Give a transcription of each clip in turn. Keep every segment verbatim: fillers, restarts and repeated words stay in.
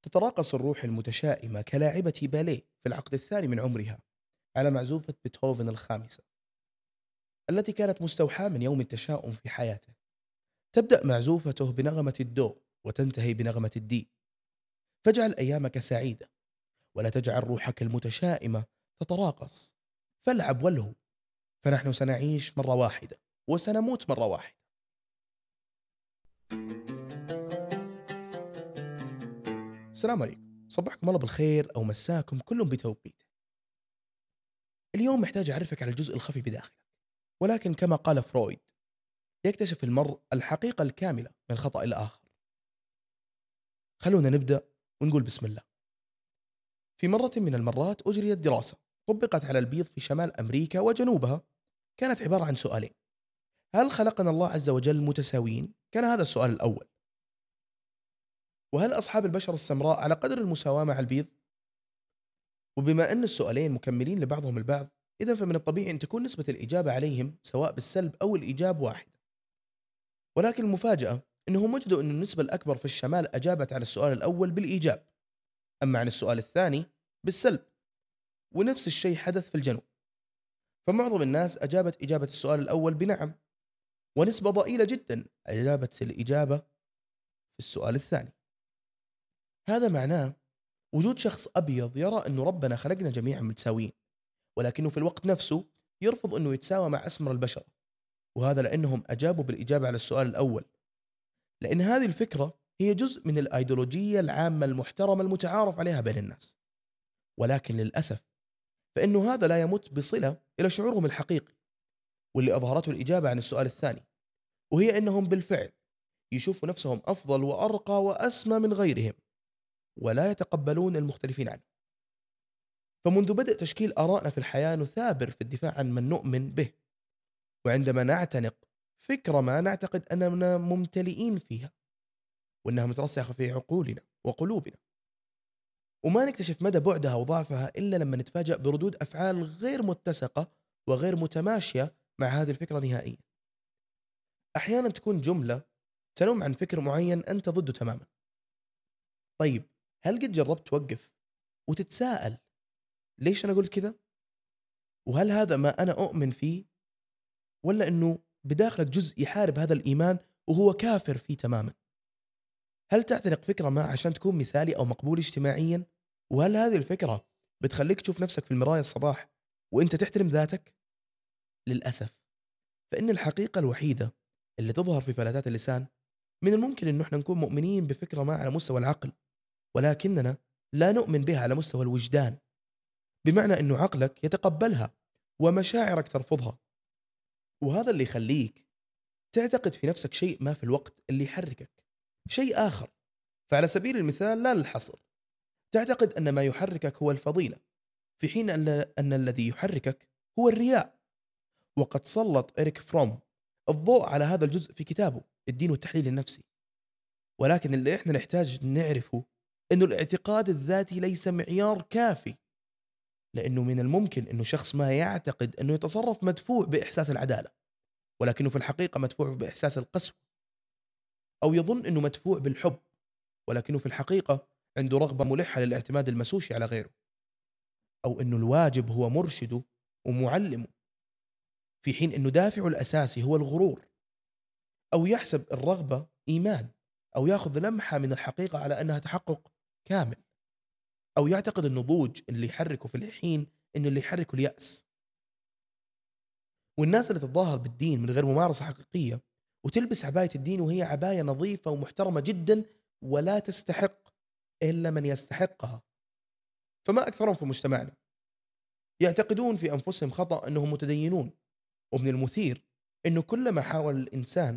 تتراقص الروح المتشائمة كلاعبة باليه في العقد الثاني من عمرها على معزوفة بيتهوفن الخامسة التي كانت مستوحاة من يوم التشاؤم في حياته. تبدأ معزوفته بنغمة الدو وتنتهي بنغمة الدي. فاجعل أيامك سعيدة ولا تجعل روحك المتشائمة تتراقص. فالعب والهو، فنحن سنعيش مرة واحدة وسنموت مرة واحدة. السلام عليكم، صبحكم الله بالخير أو مساكم كل بتوقيته. اليوم محتاج أعرفك على الجزء الخفي بداخلك، ولكن كما قال فرويد: يكتشف المرء الحقيقة الكاملة من خطأ الآخر. خلونا نبدأ ونقول بسم الله. في مرة من المرات أجريت دراسة طبقت على البيض في شمال أمريكا وجنوبها. كانت عبارة عن سؤالين: هل خلقنا الله عز وجل متساويين؟ كان هذا السؤال الأول. وهل أصحاب البشرة السمراء على قدر المساواة مع البيض؟ وبما أن السؤالين مكملين لبعضهم البعض، إذا فمن الطبيعي أن تكون نسبة الإجابة عليهم سواء بالسلب أو الإيجاب واحدة. ولكن المفاجأة أنهم وجدوا أن النسبة الأكبر في الشمال أجابت على السؤال الأول بالإيجاب، أما عن السؤال الثاني بالسلب. ونفس الشيء حدث في الجنوب، فمعظم الناس أجابت إجابة السؤال الأول بنعم، ونسبة ضئيلة جدا أجابت الإجابة في السؤال الثاني. هذا معناه وجود شخص أبيض يرى أن ربنا خلقنا جميعا متساويين، ولكنه في الوقت نفسه يرفض أنه يتساوى مع أسمر البشر. وهذا لأنهم أجابوا بالإجابة على السؤال الأول، لأن هذه الفكرة هي جزء من الأيديولوجية العامة المحترمة المتعارف عليها بين الناس. ولكن للأسف فإنه هذا لا يمت بصلة إلى شعورهم الحقيقي، واللي أظهرته الإجابة عن السؤال الثاني، وهي أنهم بالفعل يشوفوا نفسهم أفضل وأرقى وأسمى من غيرهم، ولا يتقبلون المختلفين عنه. فمنذ بدء تشكيل آرائنا في الحياة نثابر في الدفاع عن من نؤمن به، وعندما نعتنق فكرة ما نعتقد أننا ممتلئين فيها وأنها مترسخة في عقولنا وقلوبنا، وما نكتشف مدى بعدها وضعفها إلا لما نتفاجأ بردود أفعال غير متسقة وغير متماشية مع هذه الفكرة نهائيا. أحيانا تكون جملة تنم عن فكر معين أنت ضده تماما. طيب، هل قد جربت توقف وتتساءل ليش أنا قلت كذا؟ وهل هذا ما أنا أؤمن فيه؟ ولا أنه بداخلك جزء يحارب هذا الإيمان وهو كافر فيه تماما؟ هل تعتنق فكرة ما عشان تكون مثالي أو مقبول اجتماعيا؟ وهل هذه الفكرة بتخليك تشوف نفسك في المراية الصباح وأنت تحترم ذاتك؟ للأسف فإن الحقيقة الوحيدة اللي تظهر في فلاتات اللسان، من الممكن أنه احنا نكون مؤمنين بفكرة ما على مستوى العقل، ولكننا لا نؤمن بها على مستوى الوجدان، بمعنى أنه عقلك يتقبلها ومشاعرك ترفضها. وهذا اللي يخليك تعتقد في نفسك شيء ما في الوقت اللي يحركك شيء آخر. فعلى سبيل المثال لا للحصر، تعتقد أن ما يحركك هو الفضيلة، في حين أن, أن الذي يحركك هو الرياء. وقد سلط إريك فروم الضوء على هذا الجزء في كتابه الدين والتحليل النفسي. ولكن اللي احنا نحتاج نعرفه انه الاعتقاد الذاتي ليس معيار كافي، لانه من الممكن انه شخص ما يعتقد انه يتصرف مدفوع باحساس العداله، ولكنه في الحقيقه مدفوع باحساس القسوه، او يظن انه مدفوع بالحب، ولكنه في الحقيقه عنده رغبه ملحه للاعتماد المسوشي على غيره، او انه الواجب هو مرشده ومعلمه، في حين انه دافعه الاساسي هو الغرور، او يحسب الرغبه ايمان، او ياخذ لمحه من الحقيقه على انها تحقق كامل، أو يعتقد النضوج اللي يحركه في الحين إنه اللي يحركه اليأس. والناس اللي تتظاهر بالدين من غير ممارسة حقيقية وتلبس عباية الدين وهي عباية نظيفة ومحترمة جدا ولا تستحق إلا من يستحقها، فما أكثرهم في مجتمعنا يعتقدون في أنفسهم خطأ أنهم متدينون. ومن المثير أنه كلما حاول الإنسان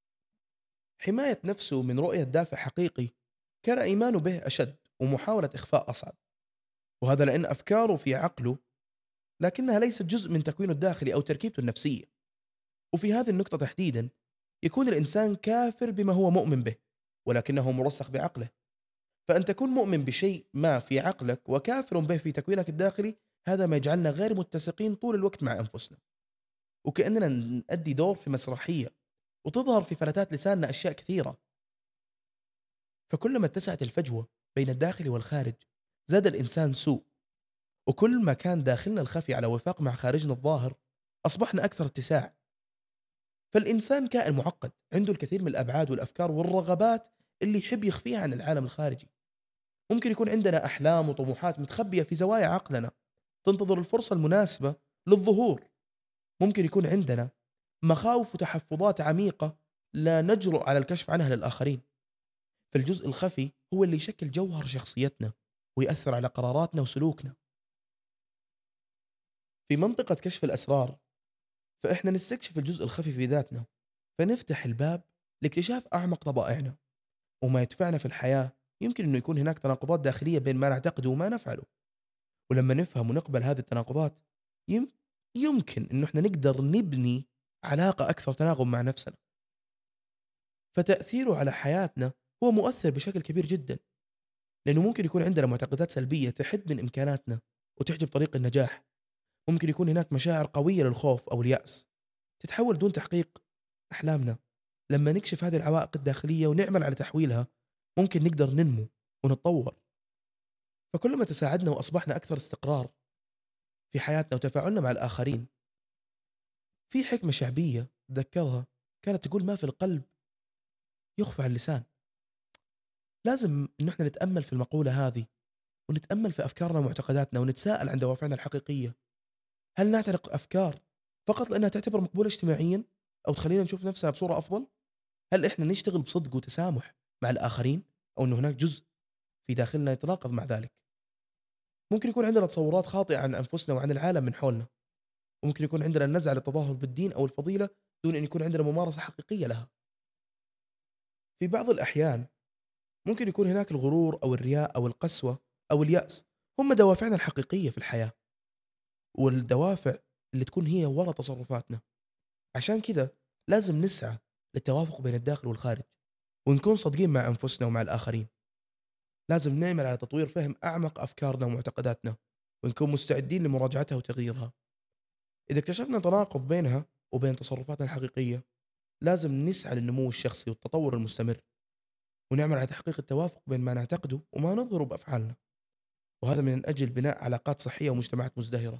حماية نفسه من رؤية دافع حقيقي، كان إيمانه به أشد ومحاولة إخفاء أصعب. وهذا لأن أفكاره في عقله لكنها ليست جزء من تكوينه الداخلي أو تركيبته النفسية. وفي هذه النقطة تحديدا يكون الإنسان كافر بما هو مؤمن به ولكنه مرسخ بعقله. فأن تكون مؤمن بشيء ما في عقلك وكافر به في تكوينك الداخلي، هذا ما يجعلنا غير متسقين طول الوقت مع أنفسنا، وكأننا نأدي دور في مسرحية وتظهر في فلتات لساننا أشياء كثيرة. فكلما اتسعت الفجوة بين الداخل والخارج زاد الإنسان سوء، وكل ما كان داخلنا الخفي على وفاق مع خارجنا الظاهر أصبحنا أكثر اتساع. فالإنسان كائن معقد عنده الكثير من الأبعاد والأفكار والرغبات اللي يحب يخفيها عن العالم الخارجي. ممكن يكون عندنا أحلام وطموحات متخبية في زوايا عقلنا تنتظر الفرصة المناسبة للظهور. ممكن يكون عندنا مخاوف وتحفظات عميقة لا نجرؤ على الكشف عنها للآخرين. فالجزء الخفي هو اللي يشكل جوهر شخصيتنا ويأثر على قراراتنا وسلوكنا. في منطقة كشف الأسرار فإحنا نستكشف الجزء الخفي في ذاتنا، فنفتح الباب لاكتشاف أعمق طبائعنا وما يدفعنا في الحياة. يمكن أنه يكون هناك تناقضات داخلية بين ما نعتقده وما نفعله، ولما نفهم ونقبل هذه التناقضات يم يمكن أنه إحنا نقدر نبني علاقة أكثر تناغم مع نفسنا. فتأثيره على حياتنا هو مؤثر بشكل كبير جدا، لأنه ممكن يكون عندنا معتقدات سلبية تحد من إمكاناتنا وتحجب طريق النجاح. ممكن يكون هناك مشاعر قوية للخوف أو اليأس تتحول دون تحقيق أحلامنا. لما نكشف هذه العوائق الداخلية ونعمل على تحويلها ممكن نقدر ننمو ونتطور. فكل ما تساعدنا وأصبحنا أكثر استقرار في حياتنا وتفاعلنا مع الآخرين. في حكمة شعبية تذكرها كانت تقول: ما في القلب يخفى على اللسان. لازم إن احنا نتأمل في المقولة هذه ونتأمل في أفكارنا ومعتقداتنا ونتساءل عن دوافعنا الحقيقية. هل نعتنق أفكار فقط لأنها تعتبر مقبولة اجتماعيا أو تخلينا نشوف نفسنا بصورة أفضل؟ هل إحنا نشتغل بصدق وتسامح مع الآخرين أو أنه هناك جزء في داخلنا يتناقض مع ذلك؟ ممكن يكون عندنا تصورات خاطئة عن أنفسنا وعن العالم من حولنا، وممكن يكون عندنا النزعة للتظاهر بالدين أو الفضيلة دون أن يكون عندنا ممارسة حقيقية لها. في بعض الأحيان ممكن يكون هناك الغرور أو الرياء أو القسوة أو اليأس هم دوافعنا الحقيقية في الحياة، والدوافع اللي تكون هي وراء تصرفاتنا. عشان كده لازم نسعى للتوافق بين الداخل والخارج ونكون صادقين مع أنفسنا ومع الآخرين. لازم نعمل على تطوير فهم أعمق أفكارنا ومعتقداتنا ونكون مستعدين لمراجعتها وتغييرها. إذا اكتشفنا تناقض بينها وبين تصرفاتنا الحقيقية لازم نسعى للنمو الشخصي والتطور المستمر ونعمل على تحقيق التوافق بين ما نعتقده وما نظهره بأفعالنا، وهذا من أجل بناء علاقات صحية ومجتمعات مزدهرة.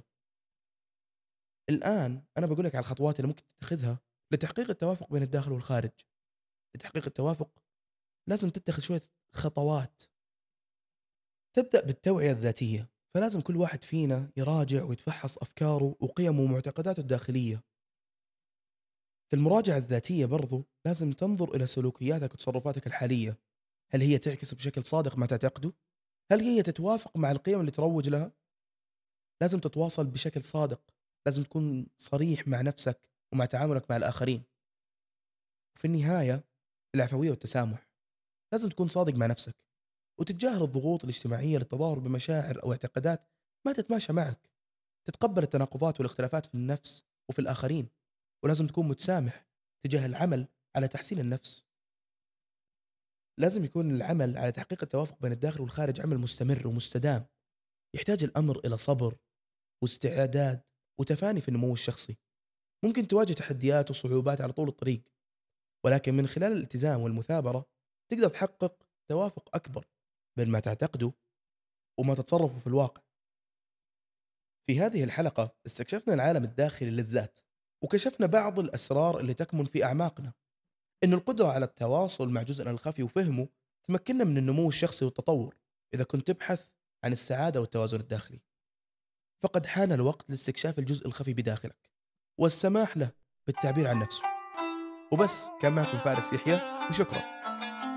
الآن أنا بقول لك على الخطوات اللي ممكن تتخذها لتحقيق التوافق بين الداخل والخارج. لتحقيق التوافق لازم تتخذ شوية خطوات. تبدأ بالتوعية الذاتية، فلازم كل واحد فينا يراجع ويتفحص أفكاره وقيمه ومعتقداته الداخلية. في المراجعة الذاتية برضو لازم تنظر إلى سلوكياتك وتصرفاتك الحالية. هل هي تعكس بشكل صادق ما تعتقده؟ هل هي تتوافق مع القيم اللي تروج لها؟ لازم تتواصل بشكل صادق، لازم تكون صريح مع نفسك ومع تعاملك مع الآخرين. وفي النهاية العفوية والتسامح، لازم تكون صادق مع نفسك وتتجاهل الضغوط الاجتماعية للتظاهر بمشاعر أو اعتقادات ما تتماشى معك. تتقبل التناقضات والاختلافات في النفس وفي الآخرين، ولازم تكون متسامح تجاه العمل على تحسين النفس. لازم يكون العمل على تحقيق التوافق بين الداخل والخارج عمل مستمر ومستدام، يحتاج الأمر إلى صبر واستعداد وتفاني في النمو الشخصي. ممكن تواجه تحديات وصعوبات على طول الطريق، ولكن من خلال الالتزام والمثابرة تقدر تحقق توافق أكبر بين ما تعتقده وما تتصرفه في الواقع. في هذه الحلقة استكشفنا العالم الداخلي للذات وكشفنا بعض الأسرار اللي تكمن في أعماقنا. إن القدرة على التواصل مع جزءنا الخفي وفهمه تمكننا من النمو الشخصي والتطور. إذا كنت تبحث عن السعادة والتوازن الداخلي فقد حان الوقت لاستكشاف الجزء الخفي بداخلك والسماح له بالتعبير عن نفسه. وبس، كان معكم فارس يحيى، وشكرا.